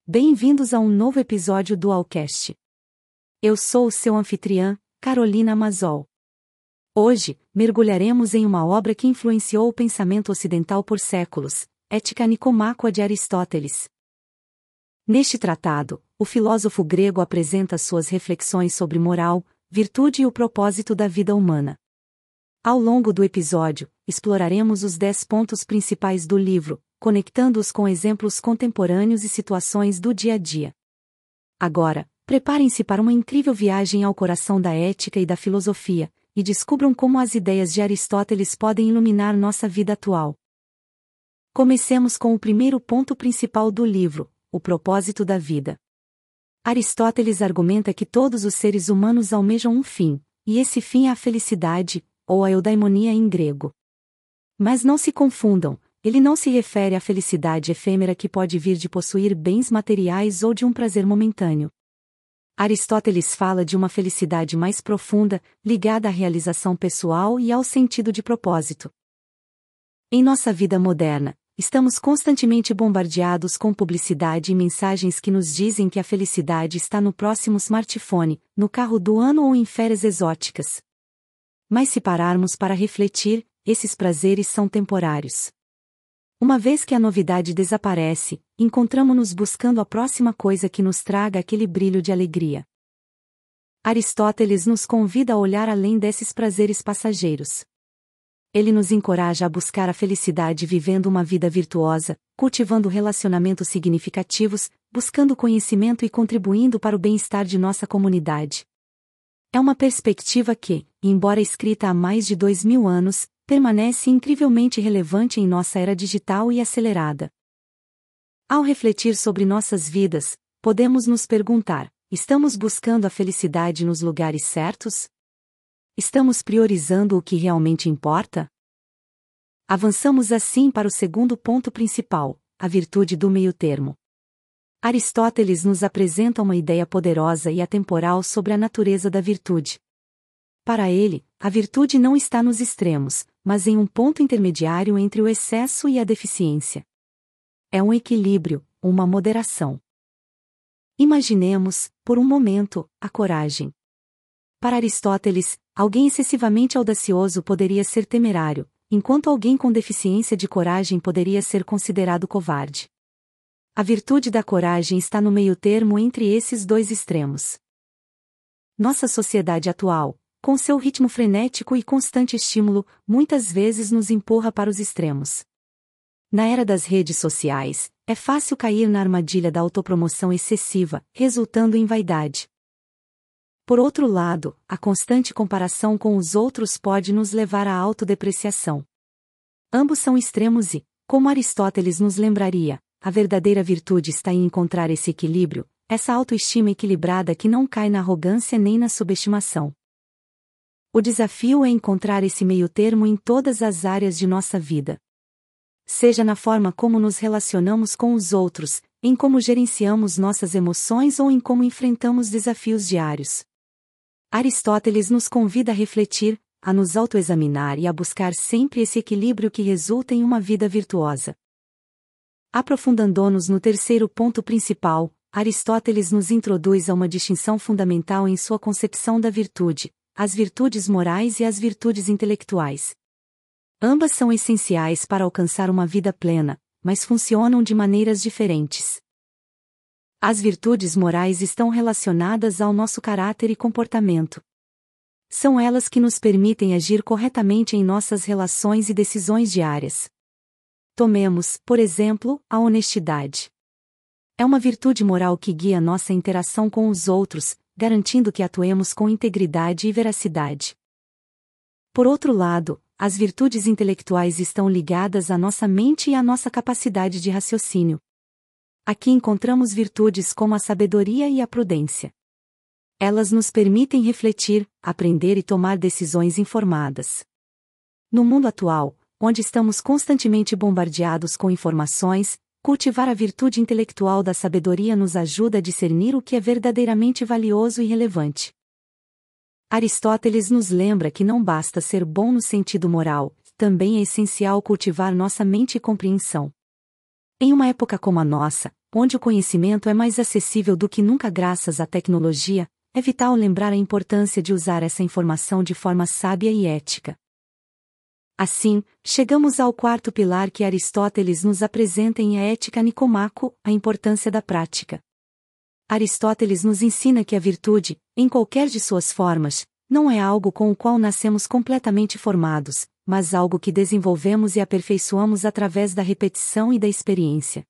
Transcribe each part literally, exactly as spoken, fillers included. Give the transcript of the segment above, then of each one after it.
Bem-vindos a um novo episódio do Alcast. Eu sou o seu anfitriã, Carolina Mazol. Hoje, mergulharemos em uma obra que influenciou o pensamento ocidental por séculos, Ética Nicomacua de Aristóteles. Neste tratado, o filósofo grego apresenta suas reflexões sobre moral, virtude e o propósito da vida humana. Ao longo do episódio, exploraremos os dez pontos principais do livro, conectando-os com exemplos contemporâneos e situações do dia a dia. Agora, preparem-se para uma incrível viagem ao coração da ética e da filosofia, e descubram como as ideias de Aristóteles podem iluminar nossa vida atual. Comecemos com o primeiro ponto principal do livro, o propósito da vida. Aristóteles argumenta que todos os seres humanos almejam um fim, e esse fim é a felicidade, ou a eudaimonia em grego. Mas não se confundam, ele não se refere à felicidade efêmera que pode vir de possuir bens materiais ou de um prazer momentâneo. Aristóteles fala de uma felicidade mais profunda, ligada à realização pessoal e ao sentido de propósito. Em nossa vida moderna, estamos constantemente bombardeados com publicidade e mensagens que nos dizem que a felicidade está no próximo smartphone, no carro do ano ou em férias exóticas. Mas se pararmos para refletir, esses prazeres são temporários. Uma vez que a novidade desaparece, encontramo-nos buscando a próxima coisa que nos traga aquele brilho de alegria. Aristóteles nos convida a olhar além desses prazeres passageiros. Ele nos encoraja a buscar a felicidade vivendo uma vida virtuosa, cultivando relacionamentos significativos, buscando conhecimento e contribuindo para o bem-estar de nossa comunidade. É uma perspectiva que, embora escrita há mais de dois mil anos, permanece incrivelmente relevante em nossa era digital e acelerada. Ao refletir sobre nossas vidas, podemos nos perguntar: estamos buscando a felicidade nos lugares certos? Estamos priorizando o que realmente importa? Avançamos assim para o segundo ponto principal, a virtude do meio-termo. Aristóteles nos apresenta uma ideia poderosa e atemporal sobre a natureza da virtude. Para ele, a virtude não está nos extremos, mas em um ponto intermediário entre o excesso e a deficiência. É um equilíbrio, uma moderação. Imaginemos, por um momento, a coragem. Para Aristóteles, alguém excessivamente audacioso poderia ser temerário, enquanto alguém com deficiência de coragem poderia ser considerado covarde. A virtude da coragem está no meio-termo entre esses dois extremos. Nossa sociedade atual, com seu ritmo frenético e constante estímulo, muitas vezes nos empurra para os extremos. Na era das redes sociais, é fácil cair na armadilha da autopromoção excessiva, resultando em vaidade. Por outro lado, a constante comparação com os outros pode nos levar à autodepreciação. Ambos são extremos e, como Aristóteles nos lembraria, a verdadeira virtude está em encontrar esse equilíbrio, essa autoestima equilibrada que não cai na arrogância nem na subestimação. O desafio é encontrar esse meio-termo em todas as áreas de nossa vida. Seja na forma como nos relacionamos com os outros, em como gerenciamos nossas emoções ou em como enfrentamos desafios diários. Aristóteles nos convida a refletir, a nos autoexaminar e a buscar sempre esse equilíbrio que resulta em uma vida virtuosa. Aprofundando-nos no terceiro ponto principal, Aristóteles nos introduz a uma distinção fundamental em sua concepção da virtude: as virtudes morais e as virtudes intelectuais. Ambas são essenciais para alcançar uma vida plena, mas funcionam de maneiras diferentes. As virtudes morais estão relacionadas ao nosso caráter e comportamento. São elas que nos permitem agir corretamente em nossas relações e decisões diárias. Tomemos, por exemplo, a honestidade. É uma virtude moral que guia nossa interação com os outros, garantindo que atuemos com integridade e veracidade. Por outro lado, as virtudes intelectuais estão ligadas à nossa mente e à nossa capacidade de raciocínio. Aqui encontramos virtudes como a sabedoria e a prudência. Elas nos permitem refletir, aprender e tomar decisões informadas. No mundo atual, onde estamos constantemente bombardeados com informações, cultivar a virtude intelectual da sabedoria nos ajuda a discernir o que é verdadeiramente valioso e relevante. Aristóteles nos lembra que não basta ser bom no sentido moral, também é essencial cultivar nossa mente e compreensão. Em uma época como a nossa, onde o conhecimento é mais acessível do que nunca graças à tecnologia, é vital lembrar a importância de usar essa informação de forma sábia e ética. Assim, chegamos ao quarto pilar que Aristóteles nos apresenta em A Ética Nicomachos, a importância da prática. Aristóteles nos ensina que a virtude, em qualquer de suas formas, não é algo com o qual nascemos completamente formados, mas algo que desenvolvemos e aperfeiçoamos através da repetição e da experiência.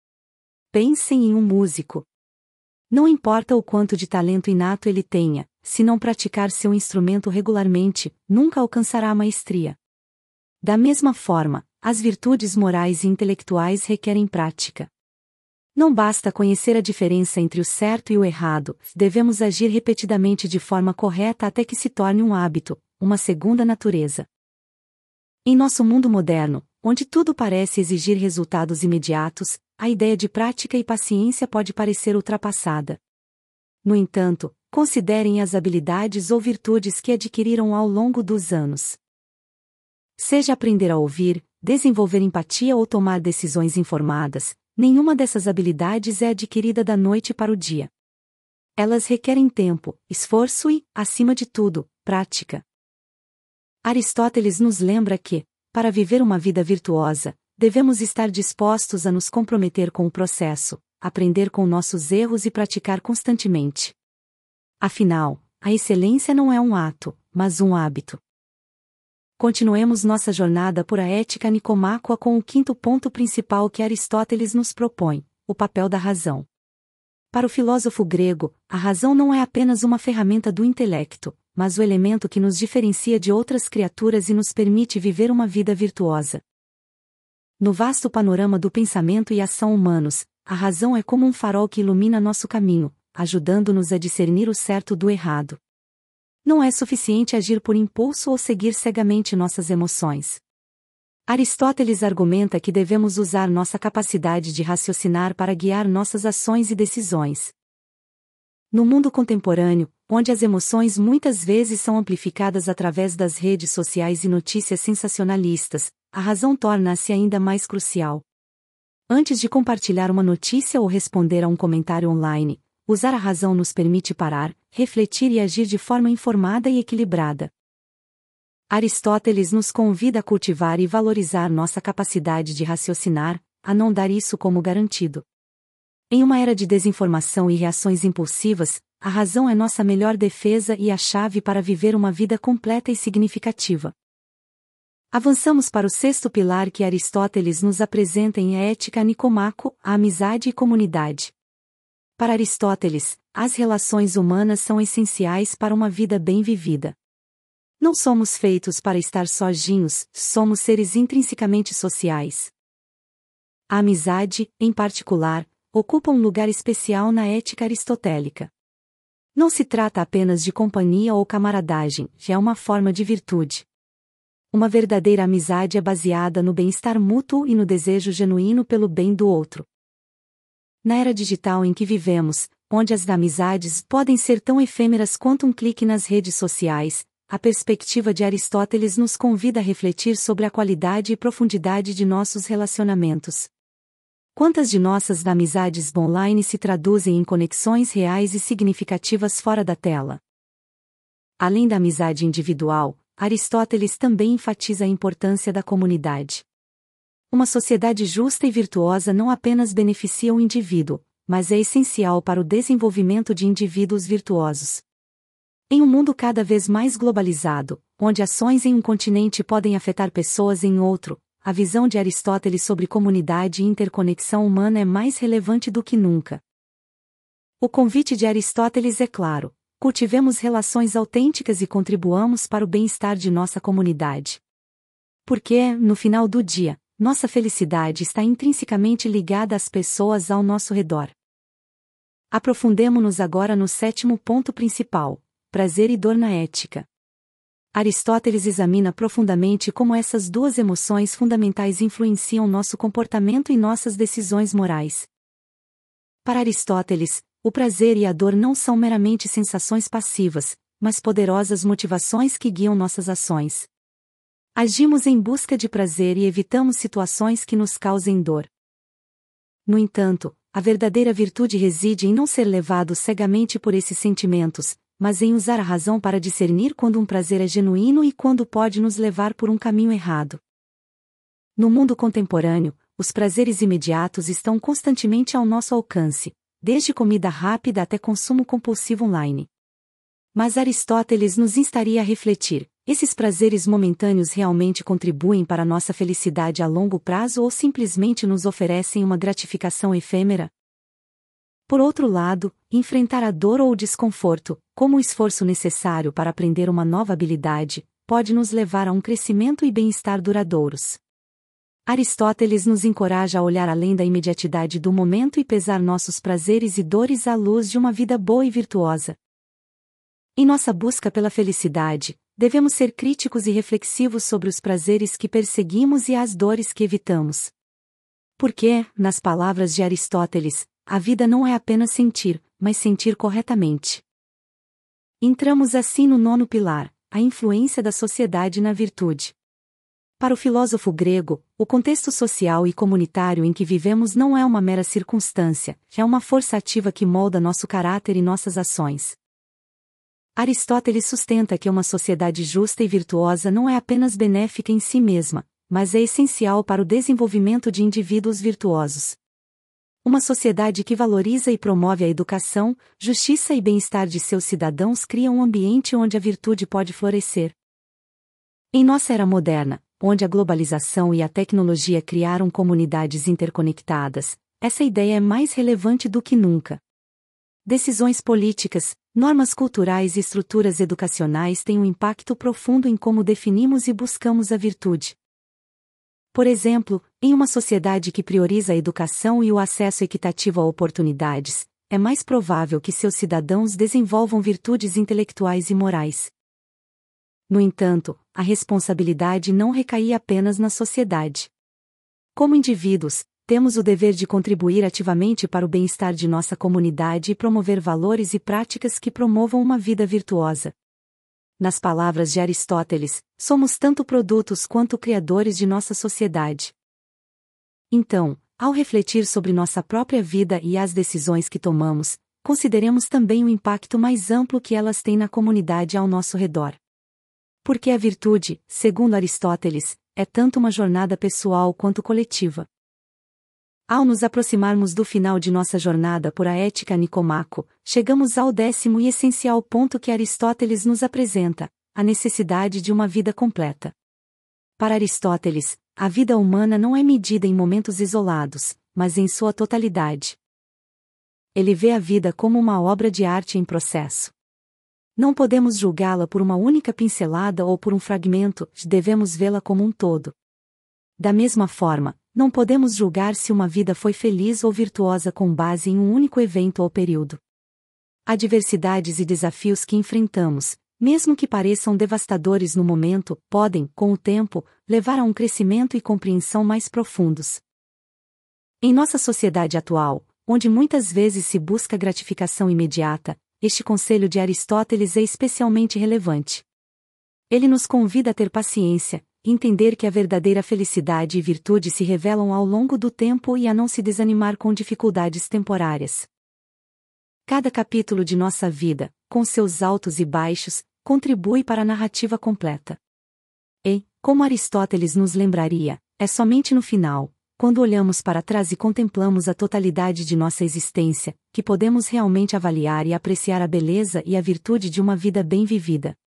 Pensem em um músico. Não importa o quanto de talento inato ele tenha, se não praticar seu instrumento regularmente, nunca alcançará a maestria. Da mesma forma, as virtudes morais e intelectuais requerem prática. Não basta conhecer a diferença entre o certo e o errado, devemos agir repetidamente de forma correta até que se torne um hábito, uma segunda natureza. Em nosso mundo moderno, onde tudo parece exigir resultados imediatos, a ideia de prática e paciência pode parecer ultrapassada. No entanto, considerem as habilidades ou virtudes que adquiriram ao longo dos anos. Seja aprender a ouvir, desenvolver empatia ou tomar decisões informadas, nenhuma dessas habilidades é adquirida da noite para o dia. Elas requerem tempo, esforço e, acima de tudo, prática. Aristóteles nos lembra que, para viver uma vida virtuosa, devemos estar dispostos a nos comprometer com o processo, aprender com nossos erros e praticar constantemente. Afinal, a excelência não é um ato, mas um hábito. Continuemos nossa jornada por A Ética Nicomachos com o quinto ponto principal que Aristóteles nos propõe, o papel da razão. Para o filósofo grego, a razão não é apenas uma ferramenta do intelecto, mas o elemento que nos diferencia de outras criaturas e nos permite viver uma vida virtuosa. No vasto panorama do pensamento e ação humanos, a razão é como um farol que ilumina nosso caminho, ajudando-nos a discernir o certo do errado. Não é suficiente agir por impulso ou seguir cegamente nossas emoções. Aristóteles argumenta que devemos usar nossa capacidade de raciocinar para guiar nossas ações e decisões. No mundo contemporâneo, onde as emoções muitas vezes são amplificadas através das redes sociais e notícias sensacionalistas, a razão torna-se ainda mais crucial. Antes de compartilhar uma notícia ou responder a um comentário online, usar a razão nos permite parar, refletir e agir de forma informada e equilibrada. Aristóteles nos convida a cultivar e valorizar nossa capacidade de raciocinar, a não dar isso como garantido. Em uma era de desinformação e reações impulsivas, a razão é nossa melhor defesa e a chave para viver uma vida completa e significativa. Avançamos para o sexto pilar que Aristóteles nos apresenta em A Ética Nicomachos, a amizade e comunidade. Para Aristóteles, as relações humanas são essenciais para uma vida bem vivida. Não somos feitos para estar sozinhos, somos seres intrinsecamente sociais. A amizade, em particular, ocupa um lugar especial na ética aristotélica. Não se trata apenas de companhia ou camaradagem, que é uma forma de virtude. Uma verdadeira amizade é baseada no bem-estar mútuo e no desejo genuíno pelo bem do outro. Na era digital em que vivemos, onde as amizades podem ser tão efêmeras quanto um clique nas redes sociais, a perspectiva de Aristóteles nos convida a refletir sobre a qualidade e profundidade de nossos relacionamentos. Quantas de nossas amizades online se traduzem em conexões reais e significativas fora da tela? Além da amizade individual, Aristóteles também enfatiza a importância da comunidade. Uma sociedade justa e virtuosa não apenas beneficia o indivíduo, mas é essencial para o desenvolvimento de indivíduos virtuosos. Em um mundo cada vez mais globalizado, onde ações em um continente podem afetar pessoas em outro, a visão de Aristóteles sobre comunidade e interconexão humana é mais relevante do que nunca. O convite de Aristóteles é claro: cultivemos relações autênticas e contribuamos para o bem-estar de nossa comunidade. Porque, no final do dia, nossa felicidade está intrinsecamente ligada às pessoas ao nosso redor. Aprofundemo-nos agora no sétimo ponto principal: prazer e dor na ética. Aristóteles examina profundamente como essas duas emoções fundamentais influenciam nosso comportamento e nossas decisões morais. Para Aristóteles, o prazer e a dor não são meramente sensações passivas, mas poderosas motivações que guiam nossas ações. Agimos em busca de prazer e evitamos situações que nos causem dor. No entanto, a verdadeira virtude reside em não ser levado cegamente por esses sentimentos, mas em usar a razão para discernir quando um prazer é genuíno e quando pode nos levar por um caminho errado. No mundo contemporâneo, os prazeres imediatos estão constantemente ao nosso alcance, desde comida rápida até consumo compulsivo online. Mas Aristóteles nos instaria a refletir: esses prazeres momentâneos realmente contribuem para nossa felicidade a longo prazo ou simplesmente nos oferecem uma gratificação efêmera? Por outro lado, enfrentar a dor ou o desconforto, como o esforço necessário para aprender uma nova habilidade, pode nos levar a um crescimento e bem-estar duradouros. Aristóteles nos encoraja a olhar além da imediatidade do momento e pesar nossos prazeres e dores à luz de uma vida boa e virtuosa. Em nossa busca pela felicidade, devemos ser críticos e reflexivos sobre os prazeres que perseguimos e as dores que evitamos. Porque, nas palavras de Aristóteles, a vida não é apenas sentir, mas sentir corretamente. Entramos assim no nono pilar, a influência da sociedade na virtude. Para o filósofo grego, o contexto social e comunitário em que vivemos não é uma mera circunstância, é uma força ativa que molda nosso caráter e nossas ações. Aristóteles sustenta que uma sociedade justa e virtuosa não é apenas benéfica em si mesma, mas é essencial para o desenvolvimento de indivíduos virtuosos. Uma sociedade que valoriza e promove a educação, justiça e bem-estar de seus cidadãos cria um ambiente onde a virtude pode florescer. Em nossa era moderna, onde a globalização e a tecnologia criaram comunidades interconectadas, essa ideia é mais relevante do que nunca. Decisões políticas, normas culturais e estruturas educacionais têm um impacto profundo em como definimos e buscamos a virtude. Por exemplo, em uma sociedade que prioriza a educação e o acesso equitativo a oportunidades, é mais provável que seus cidadãos desenvolvam virtudes intelectuais e morais. No entanto, a responsabilidade não recai apenas na sociedade. Como indivíduos, temos o dever de contribuir ativamente para o bem-estar de nossa comunidade e promover valores e práticas que promovam uma vida virtuosa. Nas palavras de Aristóteles, somos tanto produtos quanto criadores de nossa sociedade. Então, ao refletir sobre nossa própria vida e as decisões que tomamos, consideremos também o impacto mais amplo que elas têm na comunidade ao nosso redor. Porque a virtude, segundo Aristóteles, é tanto uma jornada pessoal quanto coletiva. Ao nos aproximarmos do final de nossa jornada por a Ética Nicomaco, chegamos ao décimo e essencial ponto que Aristóteles nos apresenta: a necessidade de uma vida completa. Para Aristóteles, a vida humana não é medida em momentos isolados, mas em sua totalidade. Ele vê a vida como uma obra de arte em processo. Não podemos julgá-la por uma única pincelada ou por um fragmento, devemos vê-la como um todo. Da mesma forma, não podemos julgar se uma vida foi feliz ou virtuosa com base em um único evento ou período. Adversidades e desafios que enfrentamos, mesmo que pareçam devastadores no momento, podem, com o tempo, levar a um crescimento e compreensão mais profundos. Em nossa sociedade atual, onde muitas vezes se busca gratificação imediata, este conselho de Aristóteles é especialmente relevante. Ele nos convida a ter paciência, entender que a verdadeira felicidade e virtude se revelam ao longo do tempo e a não se desanimar com dificuldades temporárias. Cada capítulo de nossa vida, com seus altos e baixos, contribui para a narrativa completa. E, como Aristóteles nos lembraria, é somente no final, quando olhamos para trás e contemplamos a totalidade de nossa existência, que podemos realmente avaliar e apreciar a beleza e a virtude de uma vida bem vivida.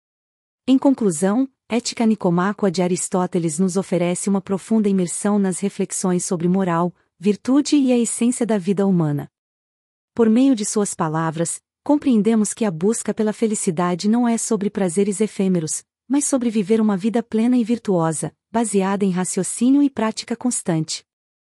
Em conclusão, Ética Nicomacua de Aristóteles nos oferece uma profunda imersão nas reflexões sobre moral, virtude e a essência da vida humana. Por meio de suas palavras, compreendemos que a busca pela felicidade não é sobre prazeres efêmeros, mas sobre viver uma vida plena e virtuosa, baseada em raciocínio e prática constante.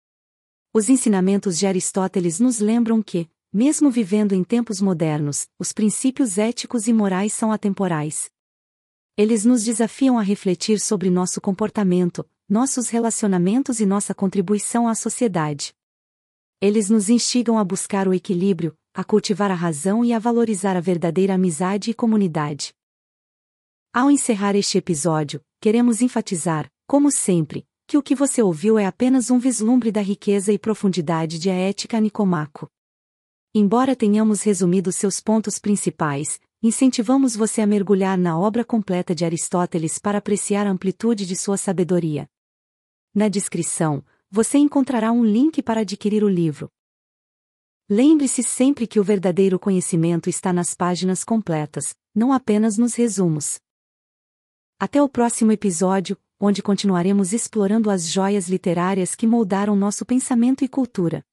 Os ensinamentos de Aristóteles nos lembram que, mesmo vivendo em tempos modernos, os princípios éticos e morais são atemporais. Eles nos desafiam a refletir sobre nosso comportamento, nossos relacionamentos e nossa contribuição à sociedade. Eles nos instigam a buscar o equilíbrio, a cultivar a razão e a valorizar a verdadeira amizade e comunidade. Ao encerrar este episódio, queremos enfatizar, como sempre, que o que você ouviu é apenas um vislumbre da riqueza e profundidade de A Ética Nicômaco. Embora tenhamos resumido seus pontos principais, incentivamos você a mergulhar na obra completa de Aristóteles para apreciar a amplitude de sua sabedoria. Na descrição, você encontrará um link para adquirir o livro. Lembre-se sempre que o verdadeiro conhecimento está nas páginas completas, não apenas nos resumos. Até o próximo episódio, onde continuaremos explorando as joias literárias que moldaram nosso pensamento e cultura.